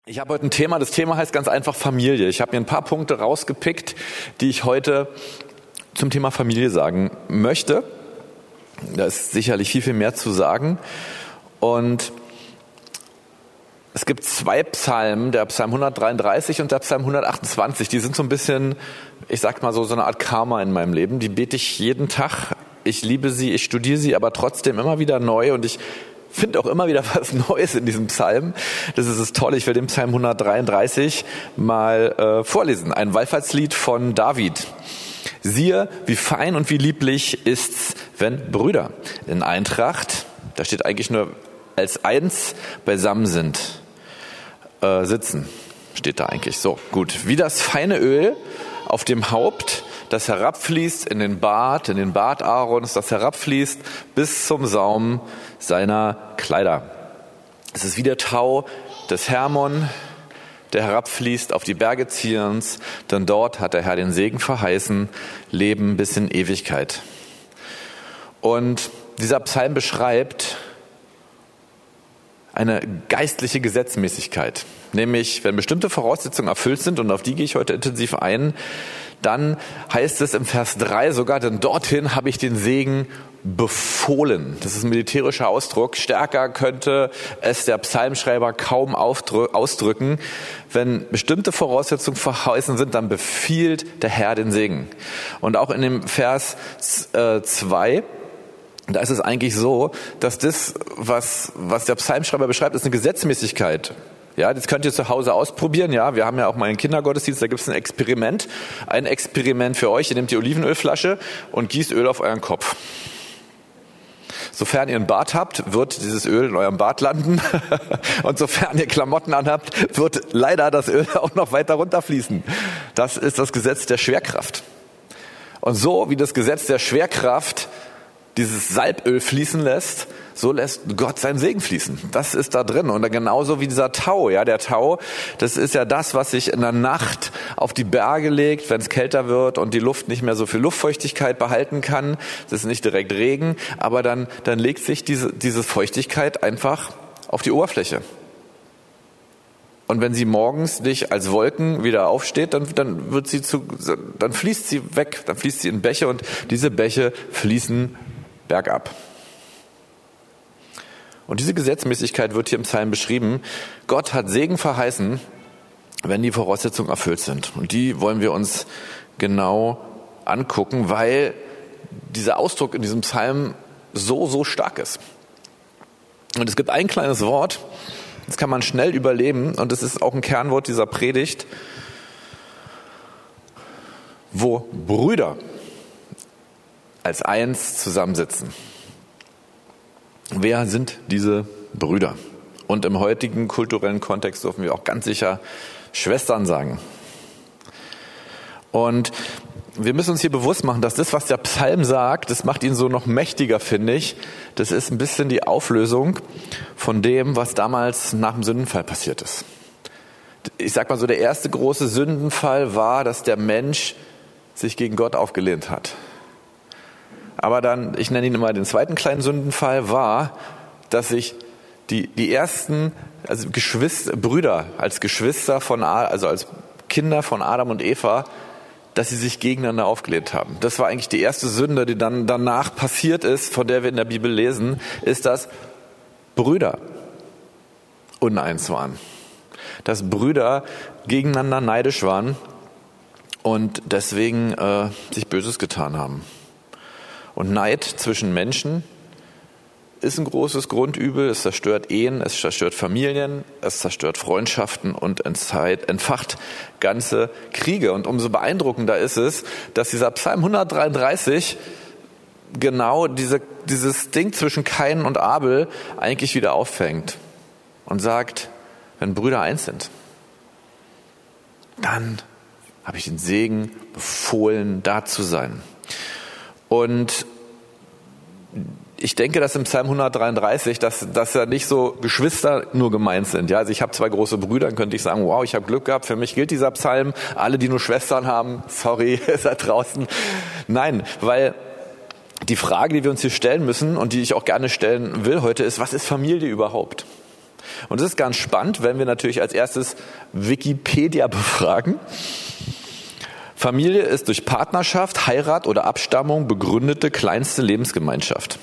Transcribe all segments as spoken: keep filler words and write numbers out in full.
Ich habe heute ein Thema, das Thema heißt ganz einfach Familie. Ich habe mir ein paar Punkte rausgepickt, die ich heute zum Thema Familie sagen möchte. Da ist sicherlich viel, viel mehr zu sagen. Und es gibt zwei Psalmen, der Psalm hundertdreiunddreißig und der Psalm hundertachtundzwanzig. Die sind so ein bisschen, ich sag mal so, so eine Art Karma in meinem Leben. Die bete ich jeden Tag. Ich liebe sie, ich studiere sie, aber trotzdem immer wieder neu und ich finde auch immer wieder was Neues in diesem Psalm. Das ist das Tolle. Ich will den Psalm hundertdreiunddreißig mal äh, vorlesen. Ein Wallfahrtslied von David. Siehe, wie fein und wie lieblich ist's, wenn Brüder in Eintracht, da steht eigentlich nur als eins, beisammen sind, äh, sitzen. Steht da eigentlich so. Gut. Wie das feine Öl auf dem Haupt, das herabfließt in den Bart, in den Bart Aarons, das herabfließt bis zum Saum seiner Kleider. Es ist wie der Tau des Hermon, der herabfließt auf die Berge Zions, denn dort hat der Herr den Segen verheißen, Leben bis in Ewigkeit. Und dieser Psalm beschreibt eine geistliche Gesetzmäßigkeit, nämlich wenn bestimmte Voraussetzungen erfüllt sind, und auf die gehe ich heute intensiv ein, dann heißt es im Vers drei sogar, denn dorthin habe ich den Segen befohlen. Das ist ein militärischer Ausdruck. Stärker könnte es der Psalmschreiber kaum ausdrücken. Wenn bestimmte Voraussetzungen verheißen sind, dann befiehlt der Herr den Segen. Und auch in dem Vers zwei, da ist es eigentlich so, dass das, was, was der Psalmschreiber beschreibt, ist eine Gesetzmäßigkeit. Ja, das könnt ihr zu Hause ausprobieren. Ja, wir haben ja auch mal einen Kindergottesdienst, da gibt es ein Experiment. Ein Experiment für euch. Ihr nehmt die Olivenölflasche und gießt Öl auf euren Kopf. Sofern ihr einen Bart habt, wird dieses Öl in eurem Bart landen. Und sofern ihr Klamotten anhabt, wird leider das Öl auch noch weiter runterfließen. Das ist das Gesetz der Schwerkraft. Und so wie das Gesetz der Schwerkraft dieses Salböl fließen lässt, so lässt Gott seinen Segen fließen. Das ist da drin. Und genauso wie dieser Tau. Ja, der Tau, das ist ja das, was sich in der Nacht auf die Berge legt, wenn es kälter wird und die Luft nicht mehr so viel Luftfeuchtigkeit behalten kann. Das ist nicht direkt Regen, aber dann, dann legt sich diese, diese Feuchtigkeit einfach auf die Oberfläche. Und wenn sie morgens nicht als Wolken wieder aufsteht, dann, dann wird sie zu, dann fließt sie weg, dann fließt sie in Bäche und diese Bäche fließen bergab. Und diese Gesetzmäßigkeit wird hier im Psalm beschrieben. Gott hat Segen verheißen, wenn die Voraussetzungen erfüllt sind. Und die wollen wir uns genau angucken, weil dieser Ausdruck in diesem Psalm so, so stark ist. Und es gibt ein kleines Wort, das kann man schnell überleben, und das ist auch ein Kernwort dieser Predigt, wo Brüder als eins zusammensitzen. Wer sind diese Brüder? Und im heutigen kulturellen Kontext dürfen wir auch ganz sicher Schwestern sagen. Und wir müssen uns hier bewusst machen, dass das, was der Psalm sagt, das macht ihn so noch mächtiger, finde ich. Das ist ein bisschen die Auflösung von dem, was damals nach dem Sündenfall passiert ist. Ich sag mal so, der erste große Sündenfall war, dass der Mensch sich gegen Gott aufgelehnt hat. Aber dann, ich nenne ihn immer den zweiten kleinen Sündenfall, war, dass sich die, die ersten, also Geschwister, Brüder als Geschwister von, also als Kinder von Adam und Eva, dass sie sich gegeneinander aufgelehnt haben. Das war eigentlich die erste Sünde, die dann danach passiert ist, von der wir in der Bibel lesen, ist, dass Brüder uneins waren. Dass Brüder gegeneinander neidisch waren und deswegen äh, sich Böses getan haben. Und Neid zwischen Menschen ist ein großes Grundübel. Es zerstört Ehen, es zerstört Familien, es zerstört Freundschaften und entfacht ganze Kriege. Und umso beeindruckender ist es, dass dieser Psalm hundertdreiunddreißig genau diese, dieses Ding zwischen Kain und Abel eigentlich wieder auffängt und sagt, wenn Brüder eins sind, dann habe ich den Segen befohlen, da zu sein. Und ich denke, dass im Psalm hundertdreiunddreißig, dass, dass ja nicht so Geschwister nur gemeint sind. Ja, also ich habe zwei große Brüder, dann könnte ich sagen, wow, ich habe Glück gehabt, für mich gilt dieser Psalm. Alle, die nur Schwestern haben, sorry, ist da draußen. Nein, weil die Frage, die wir uns hier stellen müssen und die ich auch gerne stellen will heute, ist, was ist Familie überhaupt? Und es ist ganz spannend, wenn wir natürlich als erstes Wikipedia befragen. Familie ist durch Partnerschaft, Heirat oder Abstammung begründete kleinste Lebensgemeinschaft.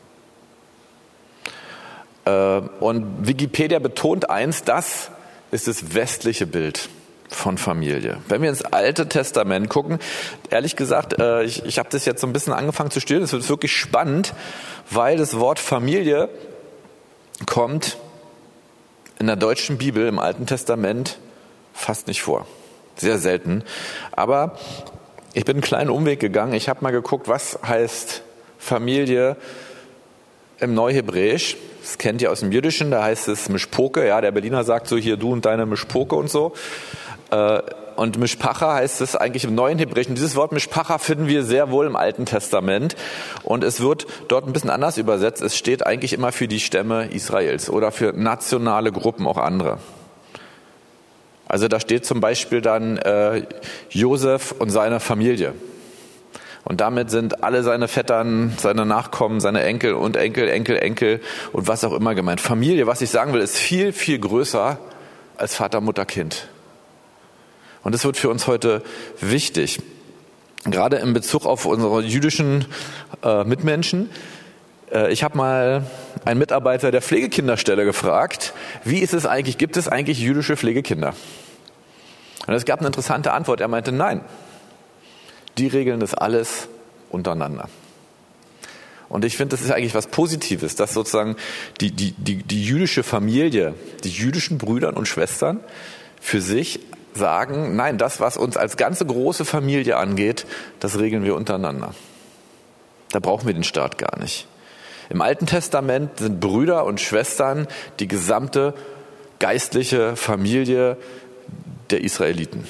Und Wikipedia betont eins, das ist das westliche Bild von Familie. Wenn wir ins Alte Testament gucken, ehrlich gesagt, ich, ich habe das jetzt so ein bisschen angefangen zu studieren, es wird wirklich spannend, weil das Wort Familie kommt in der deutschen Bibel im Alten Testament fast nicht vor. Sehr selten. Aber ich bin einen kleinen Umweg gegangen. Ich habe mal geguckt, was heißt Familie im Neuhebräisch. Das kennt ihr aus dem Jüdischen, da heißt es Mishpoke. Ja, der Berliner sagt so, hier du und deine Mishpoke und so. Und Mishpacha heißt es eigentlich im Neuen Hebräischen. Dieses Wort Mishpacha finden wir sehr wohl im Alten Testament. Und es wird dort ein bisschen anders übersetzt. Es steht eigentlich immer für die Stämme Israels oder für nationale Gruppen, auch andere. Also da steht zum Beispiel dann äh, Josef und seine Familie. Und damit sind alle seine Vettern, seine Nachkommen, seine Enkel und Enkel, Enkel, Enkel und was auch immer gemeint. Familie, was ich sagen will, ist viel, viel größer als Vater, Mutter, Kind. Und das wird für uns heute wichtig. Gerade in Bezug auf unsere jüdischen äh, Mitmenschen. Äh, ich habe mal einen Mitarbeiter der Pflegekinderstelle gefragt, wie ist es eigentlich, gibt es eigentlich jüdische Pflegekinder? Und es gab eine interessante Antwort. Er meinte, nein, die regeln das alles untereinander. Und ich finde, das ist eigentlich was Positives, dass sozusagen die, die, die, die jüdische Familie, die jüdischen Brüder und Schwestern für sich sagen, nein, das, was uns als ganze große Familie angeht, das regeln wir untereinander. Da brauchen wir den Staat gar nicht. Im Alten Testament sind Brüder und Schwestern die gesamte geistliche Familie der Israeliten.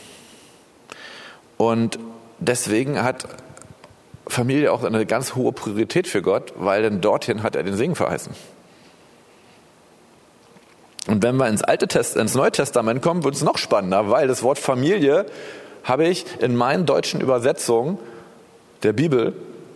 Und deswegen hat Familie auch eine ganz hohe Priorität für Gott, weil denn dorthin hat er den Segen verheißen. Und wenn wir ins Alte Test, ins Neue Testament kommen, wird es noch spannender, weil das Wort Familie habe ich in meinen deutschen Übersetzungen der Bibel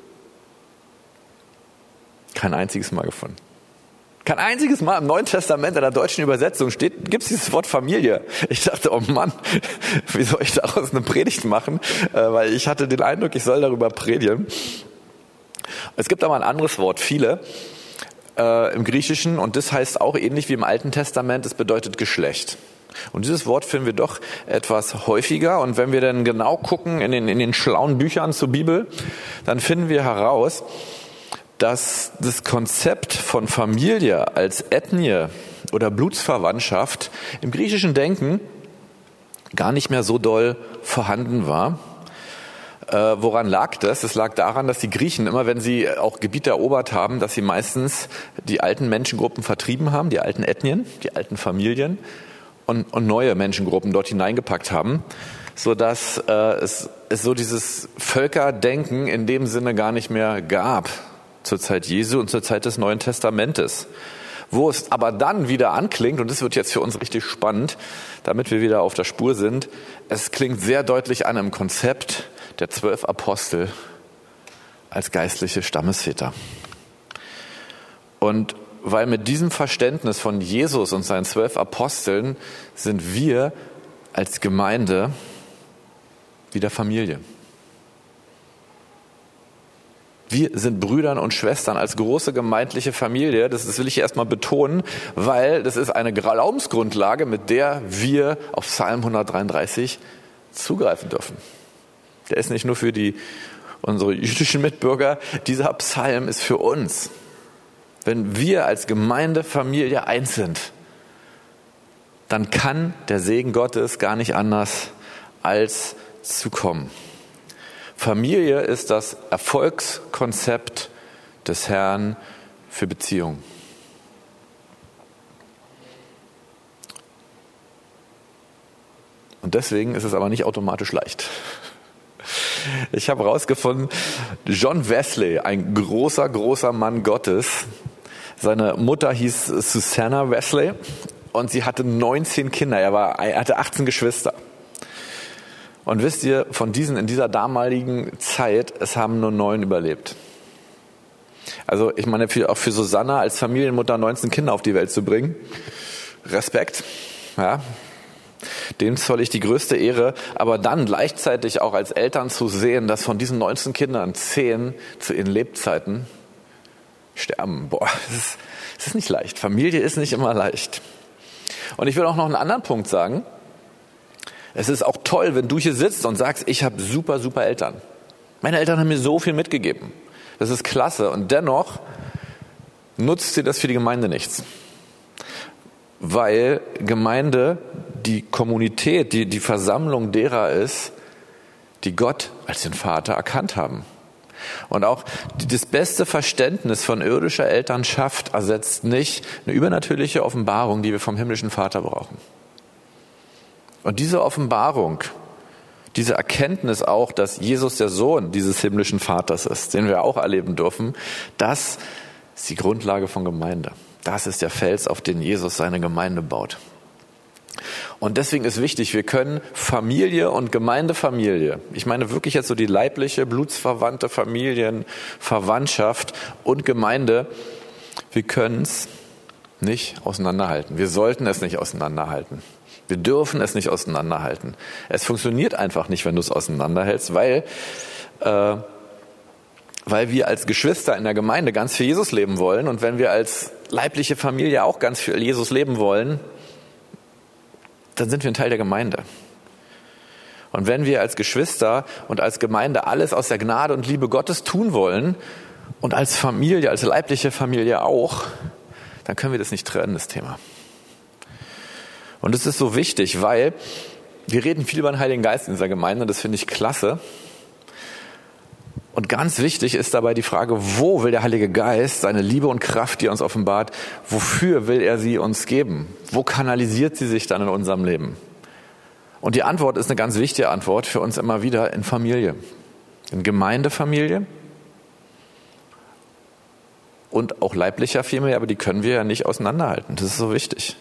kein einziges Mal gefunden. Kein einziges Mal im Neuen Testament in der deutschen Übersetzung steht, gibt es dieses Wort Familie. Ich dachte, oh Mann, wie soll ich daraus eine Predigt machen? Äh, weil ich hatte den Eindruck, ich soll darüber predigen. Es gibt aber ein anderes Wort, viele, äh, im Griechischen, und das heißt auch ähnlich wie im Alten Testament, es bedeutet Geschlecht. Und dieses Wort finden wir doch etwas häufiger. Und wenn wir dann genau gucken in den, in den schlauen Büchern zur Bibel, dann finden wir heraus, dass das Konzept von Familie als Ethnie oder Blutsverwandtschaft im griechischen Denken gar nicht mehr so doll vorhanden war. Äh, woran lag das? Es lag daran, dass die Griechen immer, wenn sie auch Gebiete erobert haben, dass sie meistens die alten Menschengruppen vertrieben haben, die alten Ethnien, die alten Familien und, und neue Menschengruppen dort hineingepackt haben, sodass äh, es, es so dieses Völkerdenken in dem Sinne gar nicht mehr gab. Zur Zeit Jesu und zur Zeit des Neuen Testamentes. Wo es aber dann wieder anklingt, und das wird jetzt für uns richtig spannend, damit wir wieder auf der Spur sind, es klingt sehr deutlich an im Konzept der zwölf Apostel als geistliche Stammesväter. Und weil mit diesem Verständnis von Jesus und seinen zwölf Aposteln sind wir als Gemeinde wieder Familie. Wir sind Brüdern und Schwestern als große gemeindliche Familie. Das, das will ich erstmal betonen, weil das ist eine Glaubensgrundlage, mit der wir auf Psalm hundertdreiunddreißig zugreifen dürfen. Der ist nicht nur für die, unsere jüdischen Mitbürger, dieser Psalm ist für uns. Wenn wir als Gemeindefamilie eins sind, dann kann der Segen Gottes gar nicht anders als zu kommen. Familie ist das Erfolgskonzept des Herrn für Beziehungen. Und deswegen ist es aber nicht automatisch leicht. Ich habe herausgefunden, John Wesley, ein großer, großer Mann Gottes, seine Mutter hieß Susanna Wesley und sie hatte neunzehn Kinder, er, war, er hatte achtzehn Geschwister. Und wisst ihr, von diesen in dieser damaligen Zeit, es haben nur neun überlebt. Also ich meine, für, auch für Susanna als Familienmutter neunzehn Kinder auf die Welt zu bringen, Respekt, ja, dem zoll ich die größte Ehre, aber dann gleichzeitig auch als Eltern zu sehen, dass von diesen neunzehn Kindern zehn zu ihren Lebzeiten sterben, boah, das ist, das ist nicht leicht. Familie ist nicht immer leicht. Und ich will auch noch einen anderen Punkt sagen. Es ist auch toll, wenn du hier sitzt und sagst, ich habe super, super Eltern. Meine Eltern haben mir so viel mitgegeben. Das ist klasse. Und dennoch nutzt dir das für die Gemeinde nichts. Weil Gemeinde die Kommunität, die, die Versammlung derer ist, die Gott als den Vater erkannt haben. Und auch das beste Verständnis von irdischer Elternschaft ersetzt nicht eine übernatürliche Offenbarung, die wir vom himmlischen Vater brauchen. Und diese Offenbarung, diese Erkenntnis auch, dass Jesus der Sohn dieses himmlischen Vaters ist, den wir auch erleben dürfen, das ist die Grundlage von Gemeinde. Das ist der Fels, auf den Jesus seine Gemeinde baut. Und deswegen ist wichtig, wir können Familie und Gemeindefamilie, ich meine wirklich jetzt so die leibliche, blutsverwandte Familienverwandtschaft und Gemeinde, wir können es nicht auseinanderhalten. Wir sollten es nicht auseinanderhalten. Wir dürfen es nicht auseinanderhalten. Es funktioniert einfach nicht, wenn du es auseinanderhältst, weil, äh, weil wir als Geschwister in der Gemeinde ganz für Jesus leben wollen und wenn wir als leibliche Familie auch ganz für Jesus leben wollen, dann sind wir ein Teil der Gemeinde. Und wenn wir als Geschwister und als Gemeinde alles aus der Gnade und Liebe Gottes tun wollen und als Familie, als leibliche Familie auch, dann können wir das nicht trennen, das Thema. Und es ist so wichtig, weil wir reden viel über den Heiligen Geist in dieser Gemeinde, das finde ich klasse. Und ganz wichtig ist dabei die Frage, wo will der Heilige Geist seine Liebe und Kraft, die er uns offenbart, wofür will er sie uns geben? Wo kanalisiert sie sich dann in unserem Leben? Und die Antwort ist eine ganz wichtige Antwort für uns immer wieder in Familie, in Gemeindefamilie und auch leiblicher Familie, aber die können wir ja nicht auseinanderhalten. Das ist so wichtig.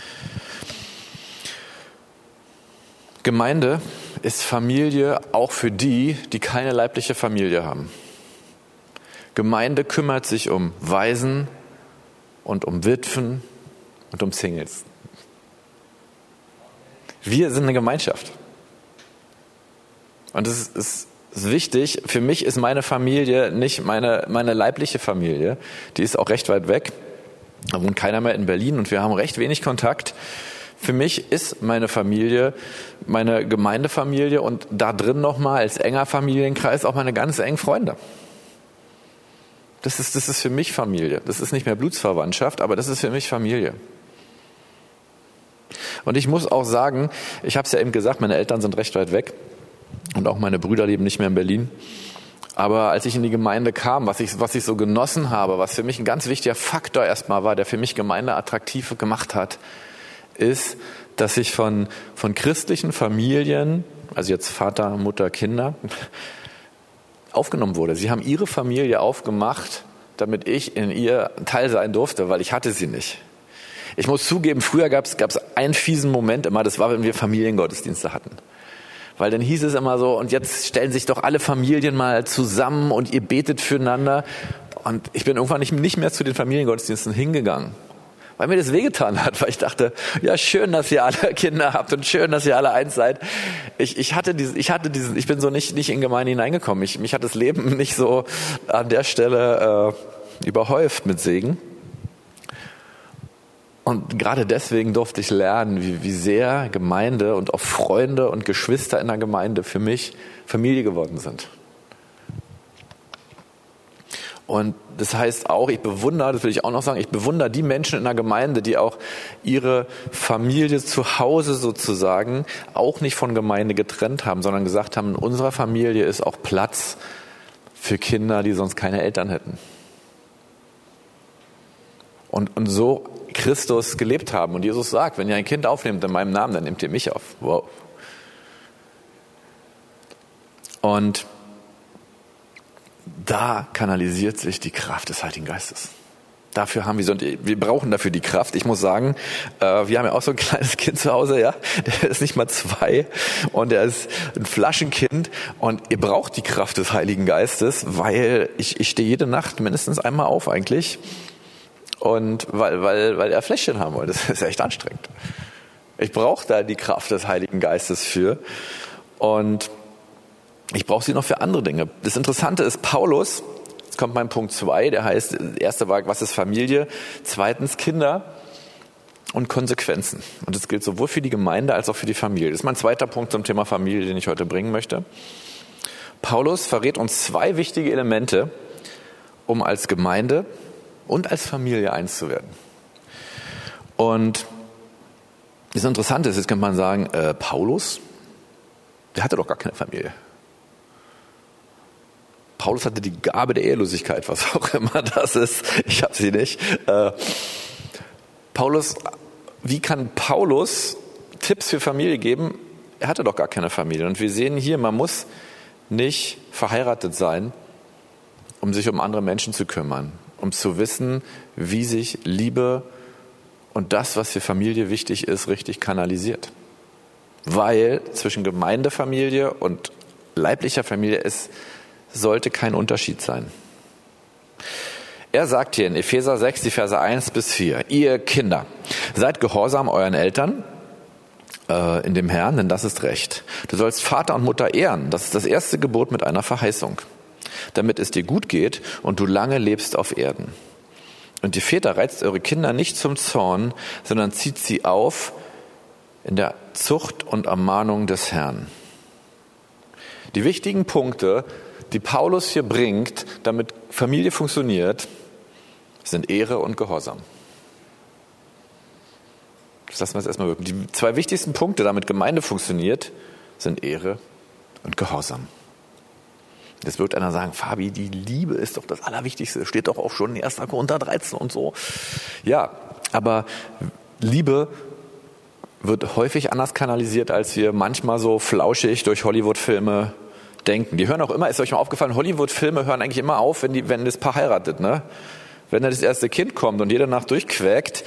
Gemeinde ist Familie auch für die, die keine leibliche Familie haben. Gemeinde kümmert sich um Waisen und um Witwen und um Singles. Wir sind eine Gemeinschaft. Und es ist, ist, ist wichtig, für mich ist meine Familie nicht meine, meine leibliche Familie. Die ist auch recht weit weg. Da wohnt keiner mehr in Berlin und wir haben recht wenig Kontakt. Für mich ist meine Familie meine Gemeindefamilie und da drin nochmal als enger Familienkreis auch meine ganz engen Freunde. Das ist, das ist für mich Familie. Das ist nicht mehr Blutsverwandtschaft, aber das ist für mich Familie. Und ich muss auch sagen, ich habe es ja eben gesagt, meine Eltern sind recht weit weg und auch meine Brüder leben nicht mehr in Berlin. Aber als ich in die Gemeinde kam, was ich, was ich so genossen habe, was für mich ein ganz wichtiger Faktor erstmal war, der für mich Gemeinde attraktiv gemacht hat, ist, dass ich von, von christlichen Familien, also jetzt Vater, Mutter, Kinder, aufgenommen wurde. Sie haben ihre Familie aufgemacht, damit ich in ihr Teil sein durfte, weil ich hatte sie nicht. Ich muss zugeben, früher gab es einen fiesen Moment immer, das war, wenn wir Familiengottesdienste hatten. Weil dann hieß es immer so, und jetzt stellen sich doch alle Familien mal zusammen und ihr betet füreinander. Und ich bin irgendwann nicht, nicht mehr zu den Familiengottesdiensten hingegangen. Weil mir das wehgetan hat, weil ich dachte, ja schön, dass ihr alle Kinder habt und schön, dass ihr alle eins seid. Ich, ich hatte diesen, ich hatte diesen, ich bin so nicht nicht in Gemeinde hineingekommen. Ich, mich hat das Leben nicht so an der Stelle äh, überhäuft mit Segen. Und gerade deswegen durfte ich lernen, wie, wie sehr Gemeinde und auch Freunde und Geschwister in der Gemeinde für mich Familie geworden sind. Und das heißt auch, ich bewundere, das will ich auch noch sagen, ich bewundere die Menschen in der Gemeinde, die auch ihre Familie zu Hause sozusagen auch nicht von Gemeinde getrennt haben, sondern gesagt haben, in unserer Familie ist auch Platz für Kinder, die sonst keine Eltern hätten. Und, und so Christus gelebt haben. Und Jesus sagt, wenn ihr ein Kind aufnehmt in meinem Namen, dann nehmt ihr mich auf. Wow. Und da kanalisiert sich die Kraft des Heiligen Geistes. Dafür haben wir so, wir brauchen dafür die Kraft. Ich muss sagen, äh, wir haben ja auch so ein kleines Kind zu Hause, ja. Der ist nicht mal zwei und der ist ein Flaschenkind und ihr braucht die Kraft des Heiligen Geistes, weil ich, ich stehe jede Nacht mindestens einmal auf eigentlich und weil, weil, weil er Fläschchen haben wollte. Das ist echt anstrengend. Ich brauche da die Kraft des Heiligen Geistes für und ich brauche sie noch für andere Dinge. Das Interessante ist, Paulus, jetzt kommt mein Punkt zwei, der heißt, erste war, was ist Familie? Zweitens Kinder und Konsequenzen. Und das gilt sowohl für die Gemeinde als auch für die Familie. Das ist mein zweiter Punkt zum Thema Familie, den ich heute bringen möchte. Paulus verrät uns zwei wichtige Elemente, um als Gemeinde und als Familie eins zu werden. Und das Interessante ist, jetzt könnte man sagen, äh, Paulus, der hatte doch gar keine Familie. Paulus hatte die Gabe der Ehelosigkeit, was auch immer das ist. Ich habe sie nicht. Äh, Paulus, wie kann Paulus Tipps für Familie geben? Er hatte doch gar keine Familie. Und wir sehen hier, man muss nicht verheiratet sein, um sich um andere Menschen zu kümmern, um zu wissen, wie sich Liebe und das, was für Familie wichtig ist, richtig kanalisiert. Weil zwischen Gemeindefamilie und leiblicher Familie ist sollte kein Unterschied sein. Er sagt hier in Epheser sechs, die Verse eins bis vier, ihr Kinder, seid gehorsam euren Eltern äh, in dem Herrn, denn das ist Recht. Du sollst Vater und Mutter ehren, das ist das erste Gebot mit einer Verheißung, damit es dir gut geht und du lange lebst auf Erden. Und die Väter, reizt eure Kinder nicht zum Zorn, sondern zieht sie auf in der Zucht und Ermahnung des Herrn. Die wichtigen Punkte, die Paulus hier bringt, damit Familie funktioniert, sind Ehre und Gehorsam. Das lassen wir jetzt erstmal wirken. Die zwei wichtigsten Punkte, damit Gemeinde funktioniert, sind Ehre und Gehorsam. Jetzt wird einer sagen, Fabi, die Liebe ist doch das Allerwichtigste. Steht doch auch schon in erster Korinther dreizehn und so. Ja, aber Liebe wird häufig anders kanalisiert, als wir manchmal so flauschig durch Hollywood-Filme denken. Die hören auch immer, ist euch mal aufgefallen, Hollywood-Filme hören eigentlich immer auf, wenn, die, wenn das Paar heiratet. Ne? Wenn da das erste Kind kommt und jede Nacht durchquäkt,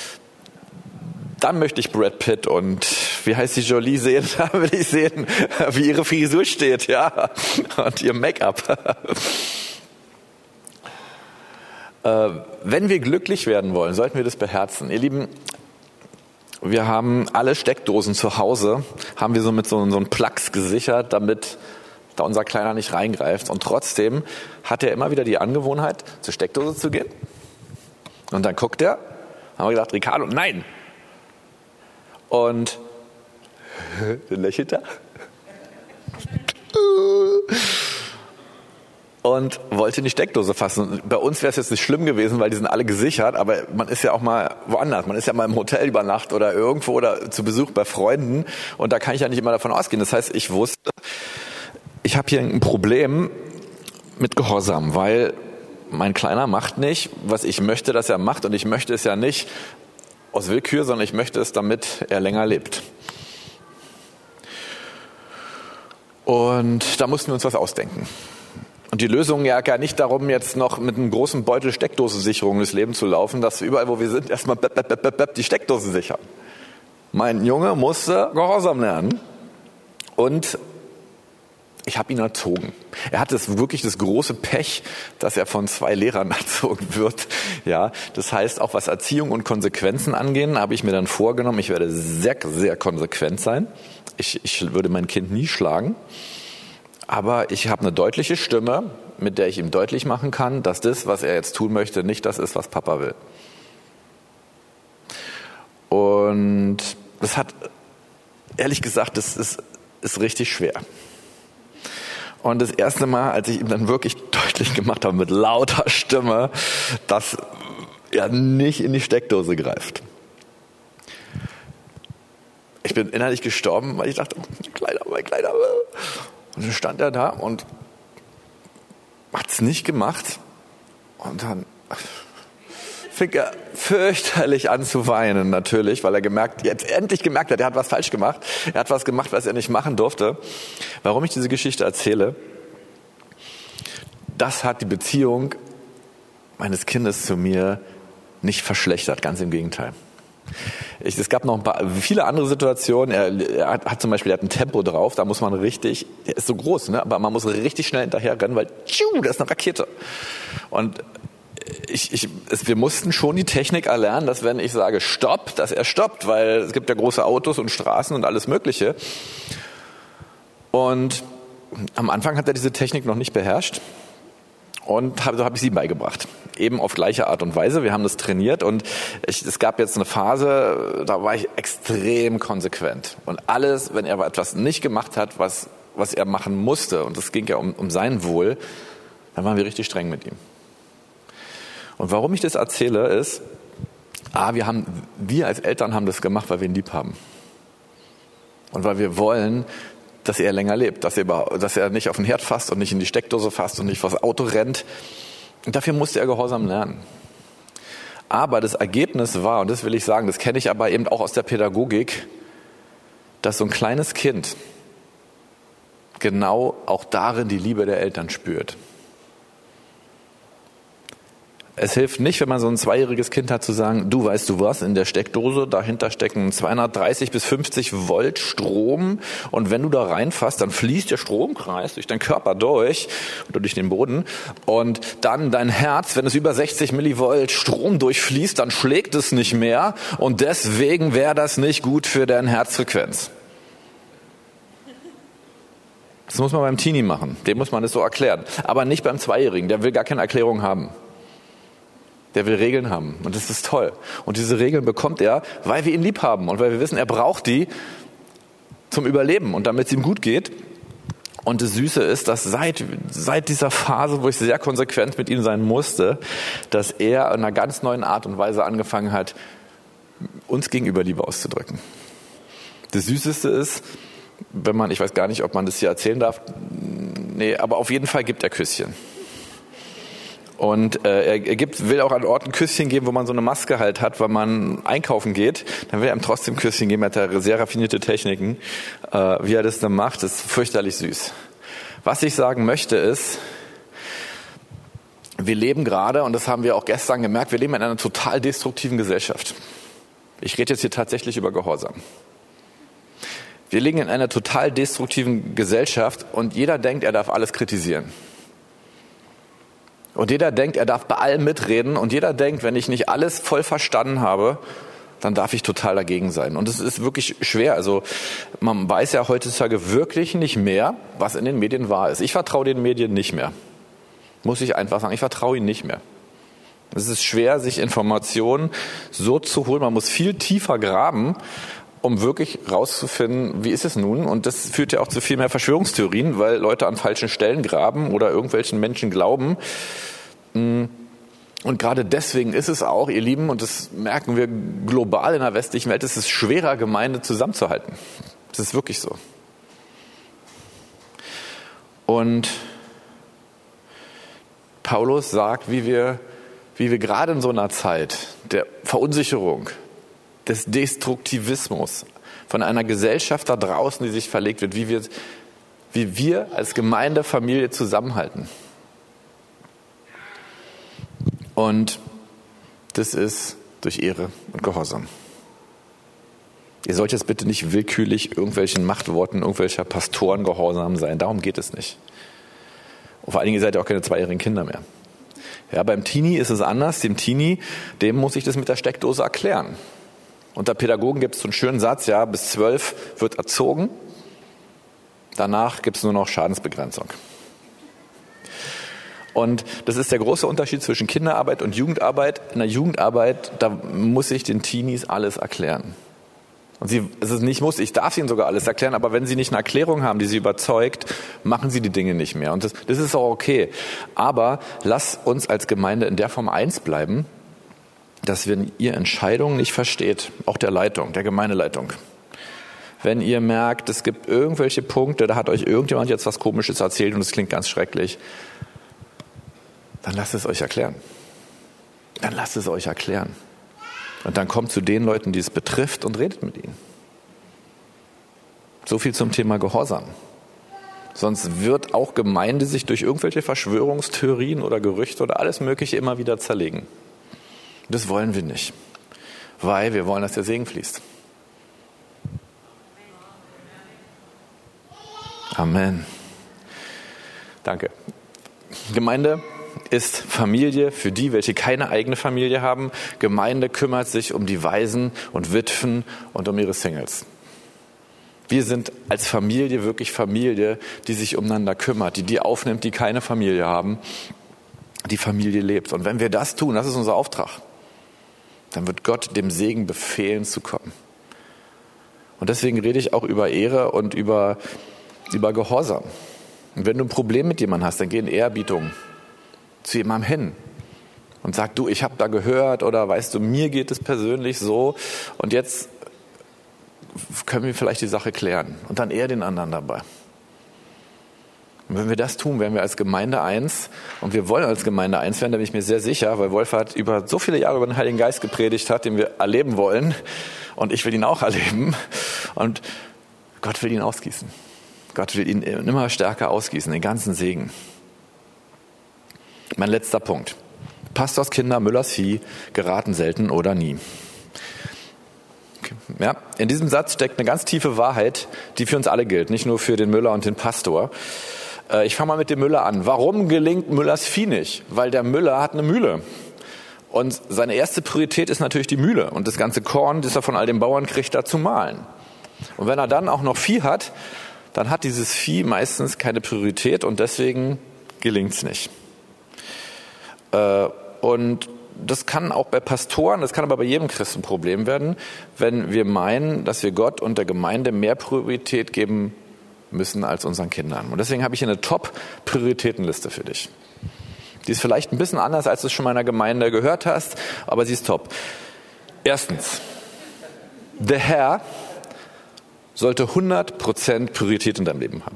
dann möchte ich Brad Pitt und wie heißt die Jolie sehen, da will ich sehen, wie ihre Frisur steht, ja, und ihr Make-up. äh, wenn wir glücklich werden wollen, sollten wir das beherzen. Ihr Lieben, wir haben alle Steckdosen zu Hause, haben wir so mit so, so einem Plugs gesichert, damit da unser Kleiner nicht reingreift. Und trotzdem hat er immer wieder die Angewohnheit, zur Steckdose zu gehen. Und dann guckt er, haben wir gedacht, Ricardo, nein. Und dann lächelt er. Und wollte in die Steckdose fassen. Bei uns wäre es jetzt nicht schlimm gewesen, weil die sind alle gesichert, aber man ist ja auch mal woanders. Man ist ja mal im Hotel über Nacht oder irgendwo oder zu Besuch bei Freunden und da kann ich ja nicht immer davon ausgehen. Das heißt, ich wusste, ich habe hier ein Problem mit Gehorsam, weil mein Kleiner macht nicht, was ich möchte, dass er macht und ich möchte es ja nicht aus Willkür, sondern ich möchte es, damit er länger lebt. Und da mussten wir uns was ausdenken. Und die Lösung ja gar nicht darum, jetzt noch mit einem großen Beutel Steckdosensicherung durchs Leben zu laufen, dass wir überall, wo wir sind, erstmal die Steckdosen sichern. Mein Junge musste Gehorsam lernen und ich habe ihn erzogen. Er hatte wirklich das große Pech, dass er von zwei Lehrern erzogen wird. Ja, das heißt, auch was Erziehung und Konsequenzen angehen, habe ich mir dann vorgenommen, ich werde sehr, sehr konsequent sein. Ich, ich würde mein Kind nie schlagen. Aber ich habe eine deutliche Stimme, mit der ich ihm deutlich machen kann, dass das, was er jetzt tun möchte, nicht das ist, was Papa will. Und das hat, ehrlich gesagt, das ist, ist richtig schwer. Und das erste Mal, als ich ihm dann wirklich deutlich gemacht habe, mit lauter Stimme, dass er nicht in die Steckdose greift. Ich bin innerlich gestorben, weil ich dachte, mein Kleiner, mein Kleiner. Und dann stand er da und hat es nicht gemacht. Und dann fing er fürchterlich an zu weinen, natürlich, weil er gemerkt, jetzt endlich gemerkt hat, er hat was falsch gemacht. Er hat was gemacht, was er nicht machen durfte. Warum ich diese Geschichte erzähle, das hat die Beziehung meines Kindes zu mir nicht verschlechtert, ganz im Gegenteil. Ich, es gab noch ein paar, viele andere Situationen. Er, er hat, hat zum Beispiel, er hat ein Tempo drauf, da muss man richtig, der ist so groß, ne? Aber man muss richtig schnell hinterher rennen, weil tschiu, da ist eine Rakete. Und ich, ich, es, wir mussten schon die Technik erlernen, dass wenn ich sage Stopp, dass er stoppt, weil es gibt ja große Autos und Straßen und alles Mögliche. Und am Anfang hat er diese Technik noch nicht beherrscht. Und hab, so habe ich sie beigebracht. Eben auf gleiche Art und Weise. Wir haben das trainiert und ich, es gab jetzt eine Phase, da war ich extrem konsequent. Und alles, wenn er etwas nicht gemacht hat, was, was er machen musste, und es ging ja um, um sein Wohl, dann waren wir richtig streng mit ihm. Und warum ich das erzähle, ist, ah, wir haben, wir als Eltern haben das gemacht, weil wir ihn lieb haben. Und weil wir wollen, dass er länger lebt, dass er, dass er nicht auf den Herd fasst und nicht in die Steckdose fasst und nicht vors Auto rennt. Und dafür musste er Gehorsam lernen. Aber das Ergebnis war, und das will ich sagen, das kenne ich aber eben auch aus der Pädagogik, dass so ein kleines Kind genau auch darin die Liebe der Eltern spürt. Es hilft nicht, wenn man so ein zweijähriges Kind hat, zu sagen, du weißt du was, in der Steckdose, dahinter stecken zweihundertdreißig bis fünfzig Volt Strom und wenn du da reinfasst, dann fließt der Stromkreis durch deinen Körper durch oder durch den Boden und dann dein Herz, wenn es über sechzig Millivolt Strom durchfließt, dann schlägt es nicht mehr und deswegen wäre das nicht gut für deine Herzfrequenz. Das muss man beim Teenie machen, dem muss man das so erklären, aber nicht beim Zweijährigen, der will gar keine Erklärung haben. Der will Regeln haben und das ist toll. Und diese Regeln bekommt er, weil wir ihn lieb haben und weil wir wissen, er braucht die zum Überleben und damit es ihm gut geht. Und das Süße ist, dass seit, seit dieser Phase, wo ich sehr konsequent mit ihm sein musste, dass er in einer ganz neuen Art und Weise angefangen hat, uns gegenüber Liebe auszudrücken. Das Süßeste ist, wenn man, ich weiß gar nicht, ob man das hier erzählen darf, nee, aber auf jeden Fall gibt er Küsschen. Und äh, er gibt, will auch an Orten Küsschen geben, wo man so eine Maske halt hat, weil man einkaufen geht. Dann will er ihm trotzdem Küsschen geben. Er hat da sehr raffinierte Techniken, äh, wie er das dann macht. Das ist fürchterlich süß. Was ich sagen möchte ist, wir leben gerade, und das haben wir auch gestern gemerkt, wir leben in einer total destruktiven Gesellschaft. Ich rede jetzt hier tatsächlich über Gehorsam. Wir leben in einer total destruktiven Gesellschaft und jeder denkt, er darf alles kritisieren. Und jeder denkt, er darf bei allem mitreden und jeder denkt, wenn ich nicht alles voll verstanden habe, dann darf ich total dagegen sein. Und es ist wirklich schwer. Also man weiß ja heutzutage wirklich nicht mehr, was in den Medien wahr ist. Ich vertraue den Medien nicht mehr. Muss ich einfach sagen, ich vertraue ihnen nicht mehr. Es ist schwer, sich Informationen so zu holen. Man muss viel tiefer graben, um wirklich rauszufinden, wie ist es nun? Und das führt ja auch zu viel mehr Verschwörungstheorien, weil Leute an falschen Stellen graben oder irgendwelchen Menschen glauben. Und gerade deswegen ist es auch, ihr Lieben, und das merken wir global in der westlichen Welt, es ist schwerer, Gemeinde zusammenzuhalten. Das ist wirklich so. Und Paulus sagt, wie wir, wie wir gerade in so einer Zeit der Verunsicherung, des Destruktivismus, von einer Gesellschaft da draußen, die sich verlegt wird, wie wir, wie wir als Gemeindefamilie zusammenhalten. Und das ist durch Ehre und Gehorsam. Ihr sollt jetzt bitte nicht willkürlich irgendwelchen Machtworten irgendwelcher Pastoren gehorsam sein. Darum geht es nicht. Und vor allen Dingen seid ihr auch keine zweijährigen Kinder mehr. Ja, beim Teenie ist es anders. Dem Teenie, dem muss ich das mit der Steckdose erklären. Unter Pädagogen gibt es so einen schönen Satz, ja, bis zwölf wird erzogen, danach gibt es nur noch Schadensbegrenzung. Und das ist der große Unterschied zwischen Kinderarbeit und Jugendarbeit. In der Jugendarbeit, da muss ich den Teenies alles erklären. Und sie, es ist nicht muss, ich darf ihnen sogar alles erklären, aber wenn sie nicht eine Erklärung haben, die sie überzeugt, machen sie die Dinge nicht mehr. Und das, das ist auch okay. Aber lasst uns als Gemeinde in der Form eins bleiben, dass wenn ihr Entscheidungen nicht versteht, auch der Leitung, der Gemeindeleitung, wenn ihr merkt, es gibt irgendwelche Punkte, da hat euch irgendjemand jetzt was Komisches erzählt und es klingt ganz schrecklich, dann lasst es euch erklären. Dann lasst es euch erklären. Und dann kommt zu den Leuten, die es betrifft und redet mit ihnen. So viel zum Thema Gehorsam. Sonst wird auch Gemeinde sich durch irgendwelche Verschwörungstheorien oder Gerüchte oder alles Mögliche immer wieder zerlegen. Das wollen wir nicht, weil wir wollen, dass der Segen fließt. Amen. Danke. Gemeinde ist Familie für die, welche keine eigene Familie haben. Gemeinde kümmert sich um die Waisen und Witwen und um ihre Singles. Wir sind als Familie wirklich Familie, die sich umeinander kümmert, die die aufnimmt, die keine Familie haben, die Familie lebt. Und wenn wir das tun, das ist unser Auftrag, dann wird Gott dem Segen befehlen zu kommen. Und deswegen rede ich auch über Ehre und über, über Gehorsam. Und wenn du ein Problem mit jemandem hast, dann geh in Ehrerbietung zu jemandem hin und sag, du, ich habe da gehört oder weißt du, mir geht es persönlich so und jetzt können wir vielleicht die Sache klären und dann eher den anderen dabei. Und wenn wir das tun, werden wir als Gemeinde eins und wir wollen als Gemeinde eins werden, da bin ich mir sehr sicher, weil Wolfhard über so viele Jahre über den Heiligen Geist gepredigt hat, den wir erleben wollen und ich will ihn auch erleben und Gott will ihn ausgießen. Gott will ihn immer stärker ausgießen, den ganzen Segen. Mein letzter Punkt. Pastors Kinder, Müllers Vieh geraten selten oder nie. Okay. Ja, in diesem Satz steckt eine ganz tiefe Wahrheit, die für uns alle gilt, nicht nur für den Müller und den Pastor. Ich fange mal mit dem Müller an. Warum gelingt Müllers Vieh nicht? Weil der Müller hat eine Mühle. Und seine erste Priorität ist natürlich die Mühle. Und das ganze Korn, das er von all den Bauern kriegt, da zu mahlen. Und wenn er dann auch noch Vieh hat, dann hat dieses Vieh meistens keine Priorität und deswegen gelingt es nicht. Und das kann auch bei Pastoren, das kann aber bei jedem Christen ein Problem werden, wenn wir meinen, dass wir Gott und der Gemeinde mehr Priorität geben müssen als unseren Kindern. Und deswegen habe ich hier eine Top-Prioritätenliste für dich. Die ist vielleicht ein bisschen anders, als du es schon mal in der Gemeinde gehört hast, aber sie ist top. Erstens, der Herr sollte hundert Prozent Priorität in deinem Leben haben.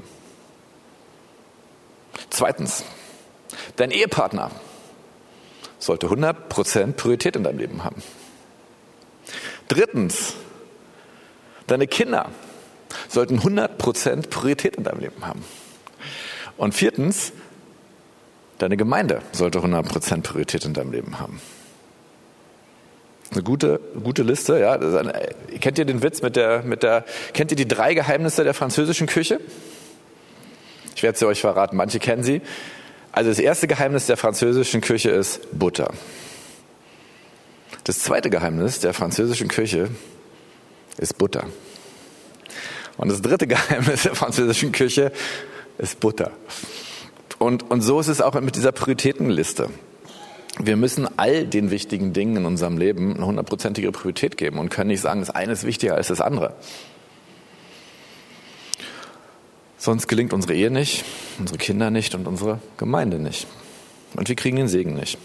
Zweitens, dein Ehepartner sollte hundert Prozent Priorität in deinem Leben haben. Drittens, deine Kinder sollten hundert Prozent Priorität in deinem Leben haben. Und viertens, deine Gemeinde sollte hundert Prozent Priorität in deinem Leben haben. Eine gute, gute Liste, ja. Das ist eine, kennt ihr den Witz mit der, mit der, kennt ihr die drei Geheimnisse der französischen Küche? Ich werde sie euch verraten, manche kennen sie. Also das erste Geheimnis der französischen Küche ist Butter. Das zweite Geheimnis der französischen Küche ist Butter. Und das dritte Geheimnis der französischen Küche ist Butter. Und, und so ist es auch mit dieser Prioritätenliste. Wir müssen all den wichtigen Dingen in unserem Leben eine hundertprozentige Priorität geben und können nicht sagen, das eine ist wichtiger als das andere. Sonst gelingt unsere Ehe nicht, unsere Kinder nicht und unsere Gemeinde nicht. Und wir kriegen den Segen nicht.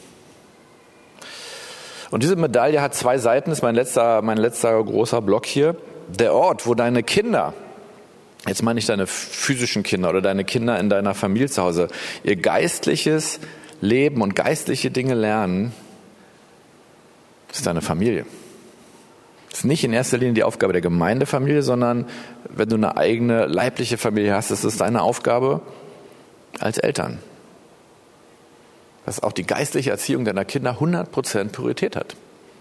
Und diese Medaille hat zwei Seiten, das ist mein letzter, mein letzter großer Block hier. Der Ort, wo deine Kinder, jetzt meine ich deine physischen Kinder oder deine Kinder in deiner Familie zu Hause, ihr geistliches Leben und geistliche Dinge lernen, ist deine Familie. Das ist nicht in erster Linie die Aufgabe der Gemeindefamilie, sondern wenn du eine eigene leibliche Familie hast, ist es deine Aufgabe als Eltern. Dass auch die geistliche Erziehung deiner Kinder hundert Prozent Priorität hat.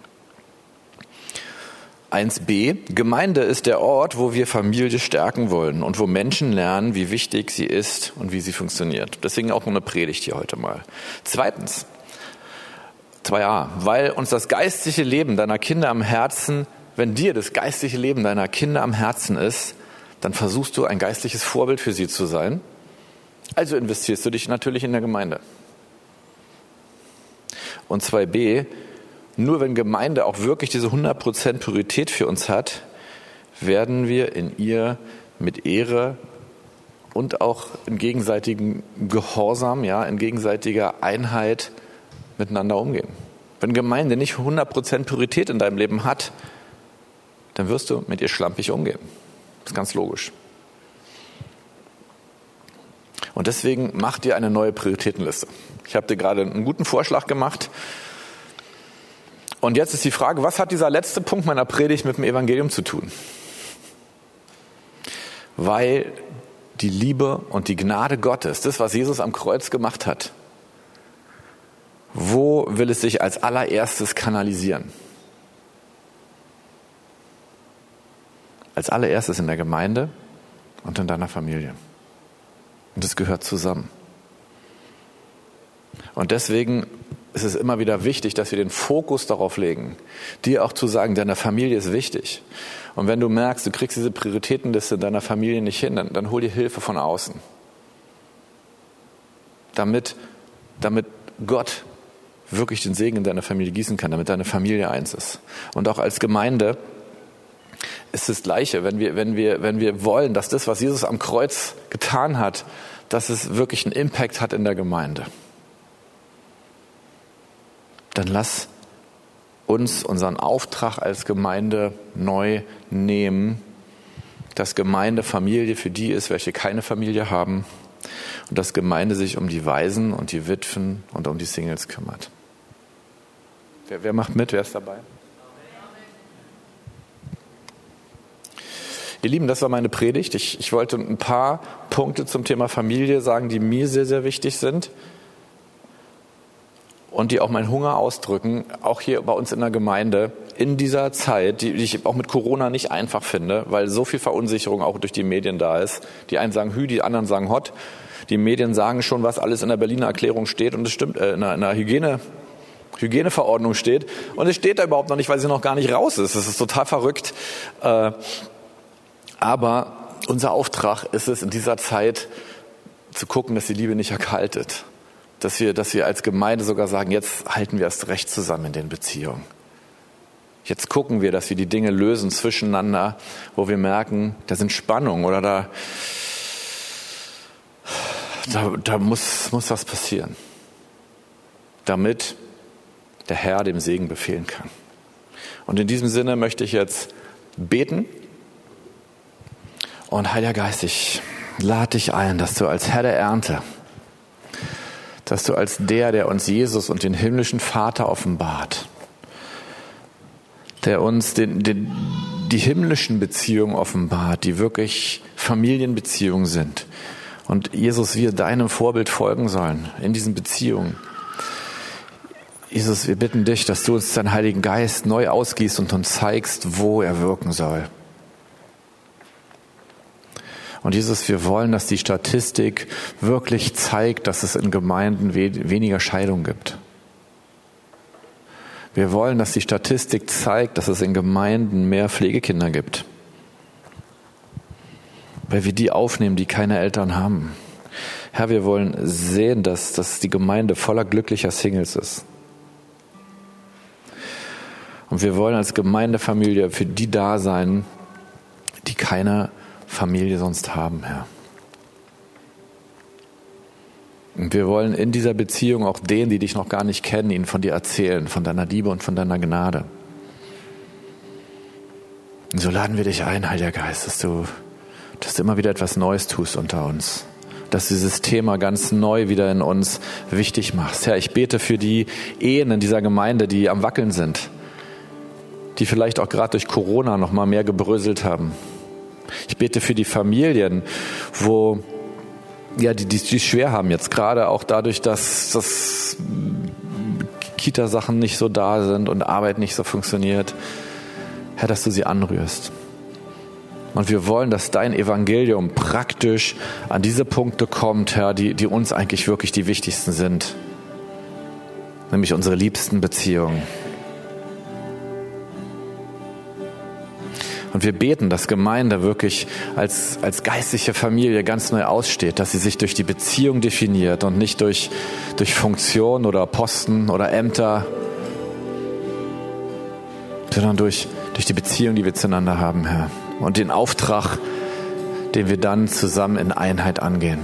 eins b, Gemeinde ist der Ort, wo wir Familie stärken wollen und wo Menschen lernen, wie wichtig sie ist und wie sie funktioniert. Deswegen auch eine Predigt hier heute mal. Zweitens, zwei a, weil uns das geistliche Leben deiner Kinder am Herzen, wenn dir das geistliche Leben deiner Kinder am Herzen ist, dann versuchst du ein geistliches Vorbild für sie zu sein. Also investierst du dich natürlich in der Gemeinde. Und zwei b, nur wenn Gemeinde auch wirklich diese hundert Prozent Priorität für uns hat, werden wir in ihr mit Ehre und auch in gegenseitigem Gehorsam, ja, in gegenseitiger Einheit miteinander umgehen. Wenn Gemeinde nicht hundert Prozent Priorität in deinem Leben hat, dann wirst du mit ihr schlampig umgehen. Das ist ganz logisch. Und deswegen mach dir eine neue Prioritätenliste. Ich habe dir gerade einen guten Vorschlag gemacht. Und jetzt ist die Frage, was hat dieser letzte Punkt meiner Predigt mit dem Evangelium zu tun? Weil die Liebe und die Gnade Gottes, das, was Jesus am Kreuz gemacht hat, wo will es sich als allererstes kanalisieren? Als allererstes in der Gemeinde und in deiner Familie. Und das gehört zusammen. Und deswegen ist es immer wieder wichtig, dass wir den Fokus darauf legen, dir auch zu sagen, deine Familie ist wichtig. Und wenn du merkst, du kriegst diese Prioritätenliste in deiner Familie nicht hin, dann, dann hol dir Hilfe von außen. Damit, damit Gott wirklich den Segen in deiner Familie gießen kann, damit deine Familie eins ist. Und auch als Gemeinde ist das Gleiche, wenn wir, wenn wir, wenn wir wollen, dass das, was Jesus am Kreuz getan hat, dass es wirklich einen Impact hat in der Gemeinde. Dann lass uns unseren Auftrag als Gemeinde neu nehmen, dass Gemeinde Familie für die ist, welche keine Familie haben, und dass Gemeinde sich um die Waisen und die Witwen und um die Singles kümmert. Wer, wer macht mit? Wer ist dabei? Ihr Lieben, das war meine Predigt. Ich, ich wollte ein paar Punkte zum Thema Familie sagen, die mir sehr, sehr wichtig sind und die auch meinen Hunger ausdrücken, auch hier bei uns in der Gemeinde, in dieser Zeit, die ich auch mit Corona nicht einfach finde, weil so viel Verunsicherung auch durch die Medien da ist. Die einen sagen Hü, die anderen sagen Hott. Die Medien sagen schon, was alles in der Berliner Erklärung steht, und es stimmt, äh, in der, in der Hygiene, Hygieneverordnung steht, und es steht da überhaupt noch nicht, weil sie noch gar nicht raus ist. Das ist total verrückt. Äh, aber unser Auftrag ist es, in dieser Zeit zu gucken, dass die Liebe nicht erkaltet. Dass wir, dass wir als Gemeinde sogar sagen, jetzt halten wir erst recht zusammen in den Beziehungen. Jetzt gucken wir, dass wir die Dinge lösen zwischeneinander, wo wir merken, da sind Spannungen oder da, da, da muss, muss was passieren, damit der Herr dem Segen befehlen kann. Und in diesem Sinne möchte ich jetzt beten. Und Heiliger Geist, ich lade dich ein, dass du als Herr der Ernte, dass du als der, der uns Jesus und den himmlischen Vater offenbart, der uns den, den, die himmlischen Beziehungen offenbart, die wirklich Familienbeziehungen sind. Und Jesus, wir deinem Vorbild folgen sollen in diesen Beziehungen. Jesus, wir bitten dich, dass du uns deinen Heiligen Geist neu ausgießt und uns zeigst, wo er wirken soll. Und Jesus, wir wollen, dass die Statistik wirklich zeigt, dass es in Gemeinden we- weniger Scheidung gibt. Wir wollen, dass die Statistik zeigt, dass es in Gemeinden mehr Pflegekinder gibt. Weil wir die aufnehmen, die keine Eltern haben. Herr, wir wollen sehen, dass, dass die Gemeinde voller glücklicher Singles ist. Und wir wollen als Gemeindefamilie für die da sein, die keine Familie sonst haben, Herr. Und wir wollen in dieser Beziehung auch denen, die dich noch gar nicht kennen, ihnen von dir erzählen, von deiner Liebe und von deiner Gnade. Und so laden wir dich ein, Heiliger Geist, dass du, dass du immer wieder etwas Neues tust unter uns. Dass du dieses Thema ganz neu wieder in uns wichtig machst. Herr, ich bete für die Ehen in dieser Gemeinde, die am Wackeln sind, die vielleicht auch gerade durch Corona noch mal mehr gebröselt haben. Ich bete für die Familien, wo ja die die die schwer haben jetzt gerade auch dadurch, dass dass Kita-Sachen nicht so da sind und Arbeit nicht so funktioniert. Herr, dass du sie anrührst. Und wir wollen, dass dein Evangelium praktisch an diese Punkte kommt, Herr, die die uns eigentlich wirklich die wichtigsten sind, nämlich unsere liebsten Beziehungen. Und wir beten, dass Gemeinde wirklich als, als geistliche Familie ganz neu aussteht, dass sie sich durch die Beziehung definiert und nicht durch, durch Funktion oder Posten oder Ämter, sondern durch, durch die Beziehung, die wir zueinander haben, Herr. Und den Auftrag, den wir dann zusammen in Einheit angehen.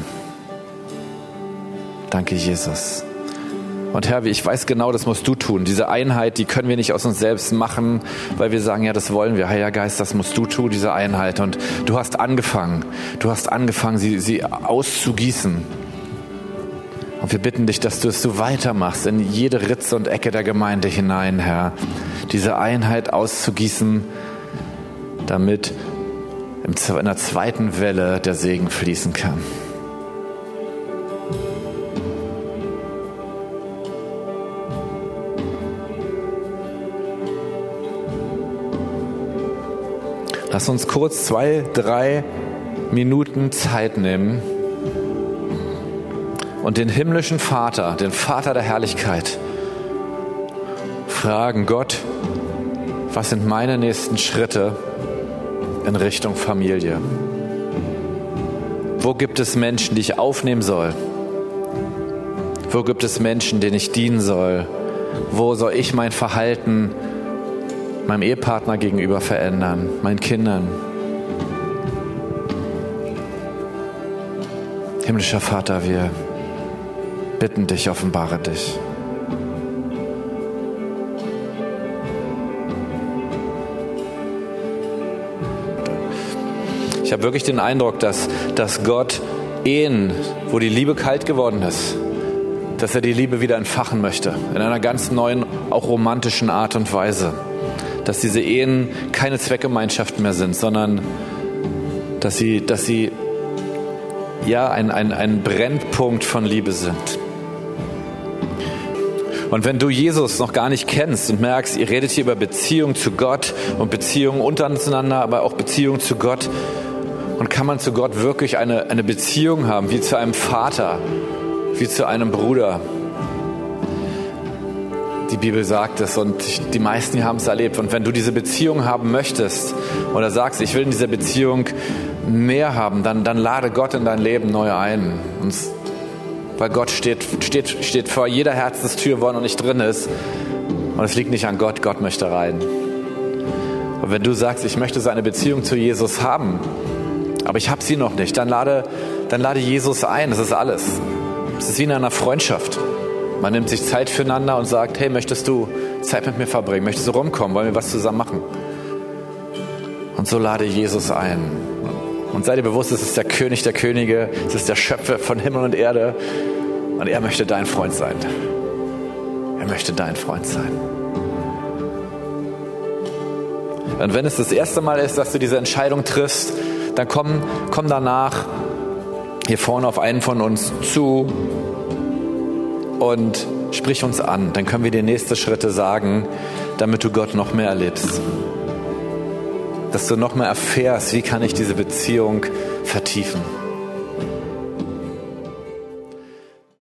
Danke, Jesus. Und Herr, ich weiß genau, das musst du tun. Diese Einheit, die können wir nicht aus uns selbst machen, weil wir sagen, ja, das wollen wir. Heiliger Geist, das musst du tun, diese Einheit. Und du hast angefangen, du hast angefangen, sie, sie auszugießen. Und wir bitten dich, dass du es so weitermachst, in jede Ritze und Ecke der Gemeinde hinein, Herr. Diese Einheit auszugießen, damit in der zweiten Welle der Segen fließen kann. Lass uns kurz zwei, drei Minuten Zeit nehmen und den himmlischen Vater, den Vater der Herrlichkeit, fragen: Gott, was sind meine nächsten Schritte in Richtung Familie? Wo gibt es Menschen, die ich aufnehmen soll? Wo gibt es Menschen, denen ich dienen soll? Wo soll ich mein Verhalten meinem Ehepartner gegenüber verändern, meinen Kindern? Himmlischer Vater, wir bitten dich, offenbare dich. Ich habe wirklich den Eindruck, dass, dass Gott Ehen, wo die Liebe kalt geworden ist, dass er die Liebe wieder entfachen möchte, in einer ganz neuen, auch romantischen Art und Weise. Dass diese Ehen keine Zweckgemeinschaft mehr sind, sondern dass sie, dass sie ja ein, ein, ein Brennpunkt von Liebe sind. Und wenn du Jesus noch gar nicht kennst und merkst, ihr redet hier über Beziehung zu Gott und Beziehung untereinander, aber auch Beziehung zu Gott, und kann man zu Gott wirklich eine, eine Beziehung haben, wie zu einem Vater, wie zu einem Bruder? Die Bibel sagt es und die meisten haben es erlebt. Und wenn du diese Beziehung haben möchtest oder sagst, ich will in dieser Beziehung mehr haben, dann, dann lade Gott in dein Leben neu ein. Und weil Gott steht, steht, steht vor jeder Herzenstür, wo er noch nicht drin ist. Und es liegt nicht an Gott, Gott möchte rein. Und wenn du sagst, ich möchte so eine Beziehung zu Jesus haben, aber ich habe sie noch nicht, dann lade, dann lade Jesus ein. Das ist alles. Es ist wie in einer Freundschaft. Man nimmt sich Zeit füreinander und sagt, hey, möchtest du Zeit mit mir verbringen? Möchtest du rumkommen? Wollen wir was zusammen machen? Und so lade Jesus ein. Und sei dir bewusst, es ist der König der Könige, es ist der Schöpfer von Himmel und Erde. Und er möchte dein Freund sein. Er möchte dein Freund sein. Und wenn es das erste Mal ist, dass du diese Entscheidung triffst, dann komm, komm danach hier vorne auf einen von uns zu und sprich uns an. Dann können wir dir nächste Schritte sagen, damit du Gott noch mehr erlebst. Dass du noch mehr erfährst, wie kann ich diese Beziehung vertiefen.